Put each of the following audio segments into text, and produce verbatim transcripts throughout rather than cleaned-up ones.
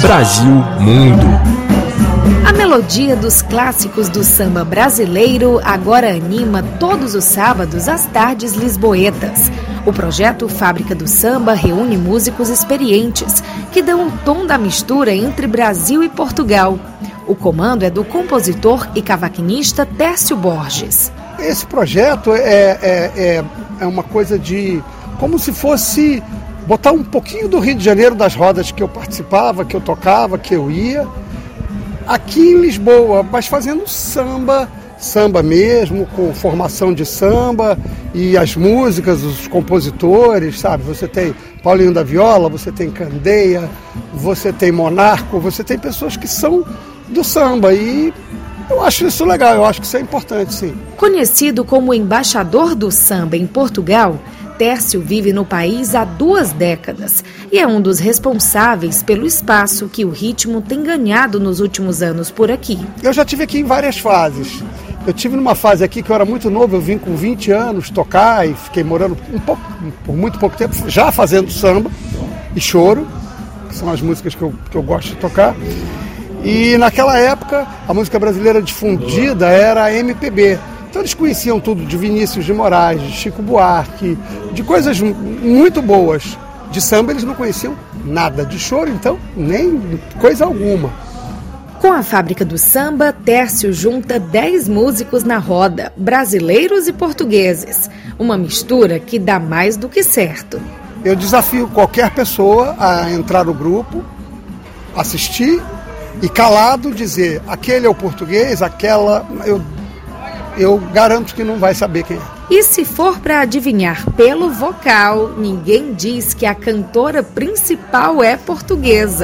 Brasil Mundo. A melodia dos clássicos do samba brasileiro agora anima todos os sábados as tardes lisboetas. O projeto Fábrica do Samba reúne músicos experientes que dão um tom da mistura entre Brasil e Portugal. O comando é do compositor e cavaquinista Tércio Borges. Esse projeto é, é, é, é uma coisa de... como se fosse botar um pouquinho do Rio de Janeiro, das rodas que eu participava, que eu tocava, que eu ia, aqui em Lisboa, mas fazendo samba, samba mesmo, com formação de samba e as músicas, os compositores, sabe? Você tem Paulinho da Viola, você tem Candeia, você tem Monarco, você tem pessoas que são do samba e eu acho isso legal, eu acho que isso é importante, sim. Conhecido como embaixador do samba em Portugal, Tércio vive no país há duas décadas e é um dos responsáveis pelo espaço que o ritmo tem ganhado nos últimos anos por aqui. Eu já tive aqui em várias fases. Eu tive numa fase aqui que eu era muito novo, eu vim com vinte anos tocar e fiquei morando um pouco, por muito pouco tempo, já fazendo samba e choro, que são as músicas que eu, que eu gosto de tocar. E naquela época a música brasileira difundida era a M P B. Então eles conheciam tudo de Vinícius de Moraes, de Chico Buarque, de coisas muito boas. De samba eles não conheciam nada, de choro então nem coisa alguma. Com a Fábrica do Samba, Tércio junta dez músicos na roda, brasileiros e portugueses. Uma mistura que dá mais do que certo. Eu desafio qualquer pessoa a entrar no grupo, assistir e calado dizer, aquele é o português, aquela... eu eu garanto que não vai saber quem é. E se for para adivinhar pelo vocal, ninguém diz que a cantora principal é portuguesa.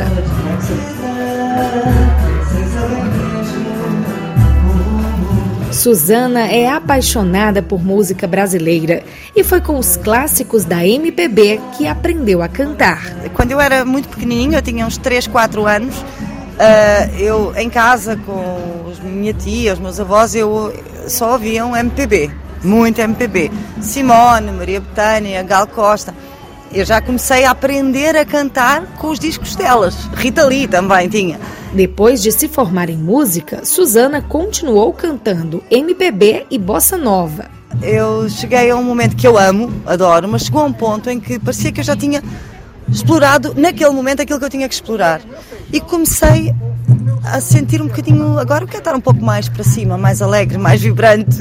Suzana é apaixonada por música brasileira e foi com os clássicos da M P B que aprendeu a cantar. Quando eu era muito pequenininha, eu tinha uns três, quatro anos, uh, eu em casa com a minha tia, os meus avós, eu só ouviam M P B, muito M P B. Simone, Maria Bethânia, Gal Costa. Eu já comecei a aprender a cantar com os discos delas. Rita Lee também tinha. Depois de se formar em música, Suzana continuou cantando M P B e bossa nova. Eu cheguei a um momento que eu amo, adoro, mas chegou a um ponto em que parecia que eu já tinha explorado naquele momento aquilo que eu tinha que explorar. E comecei a sentir um bocadinho, agora eu quero estar um pouco mais para cima, mais alegre, mais vibrante.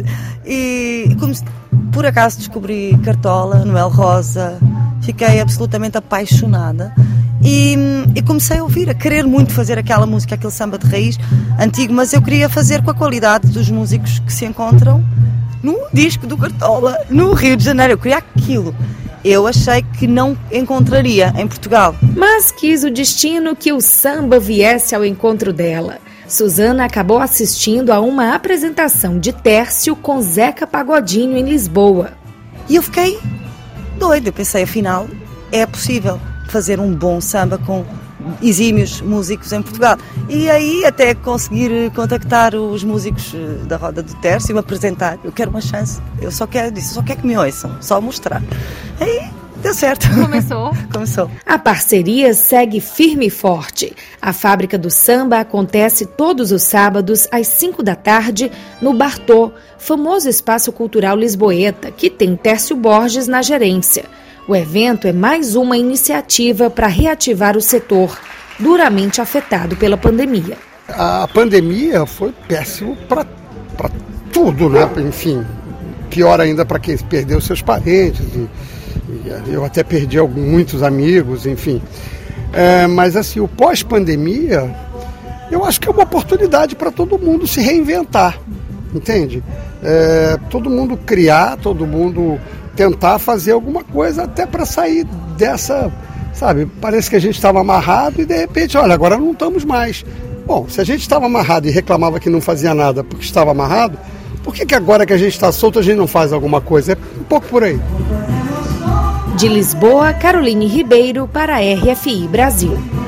E como por acaso descobri Cartola, Noel Rosa, fiquei absolutamente apaixonada e, e comecei a ouvir, a querer muito fazer aquela música, aquele samba de raiz antigo, mas eu queria fazer com a qualidade dos músicos que se encontram no disco do Cartola, no Rio de Janeiro. Eu queria aquilo. Eu achei que não encontraria em Portugal. Mas quis o destino que o samba viesse ao encontro dela. Suzana acabou assistindo a uma apresentação de Tércio com Zeca Pagodinho em Lisboa. E eu fiquei doida. Eu pensei, afinal, é possível fazer um bom samba com exímios músicos em Portugal. E aí até conseguir contactar os músicos da roda do Tércio e me apresentar. Eu quero uma chance. Eu só quero disso, só quero que me ouçam, só mostrar. Aí deu certo. Começou? Começou. A parceria segue firme e forte. A Fábrica do Samba acontece todos os sábados às cinco da tarde no Bartô, famoso espaço cultural lisboeta, que tem Tércio Borges na gerência. O evento é mais uma iniciativa para reativar o setor, duramente afetado pela pandemia. A pandemia foi péssimo para tudo, né? Enfim, pior ainda para quem perdeu seus parentes. E, e eu até perdi alguns, muitos amigos, enfim. É, mas assim, o pós-pandemia, eu acho que é uma oportunidade para todo mundo se reinventar, entende? É, todo mundo criar, todo mundo tentar fazer alguma coisa até para sair dessa, sabe, parece que a gente estava amarrado e de repente, olha, agora não estamos mais. Bom, se a gente estava amarrado e reclamava que não fazia nada porque estava amarrado, por que que agora que a gente está solto a gente não faz alguma coisa? É um pouco por aí. De Lisboa, Caroline Ribeiro para a R F I Brasil.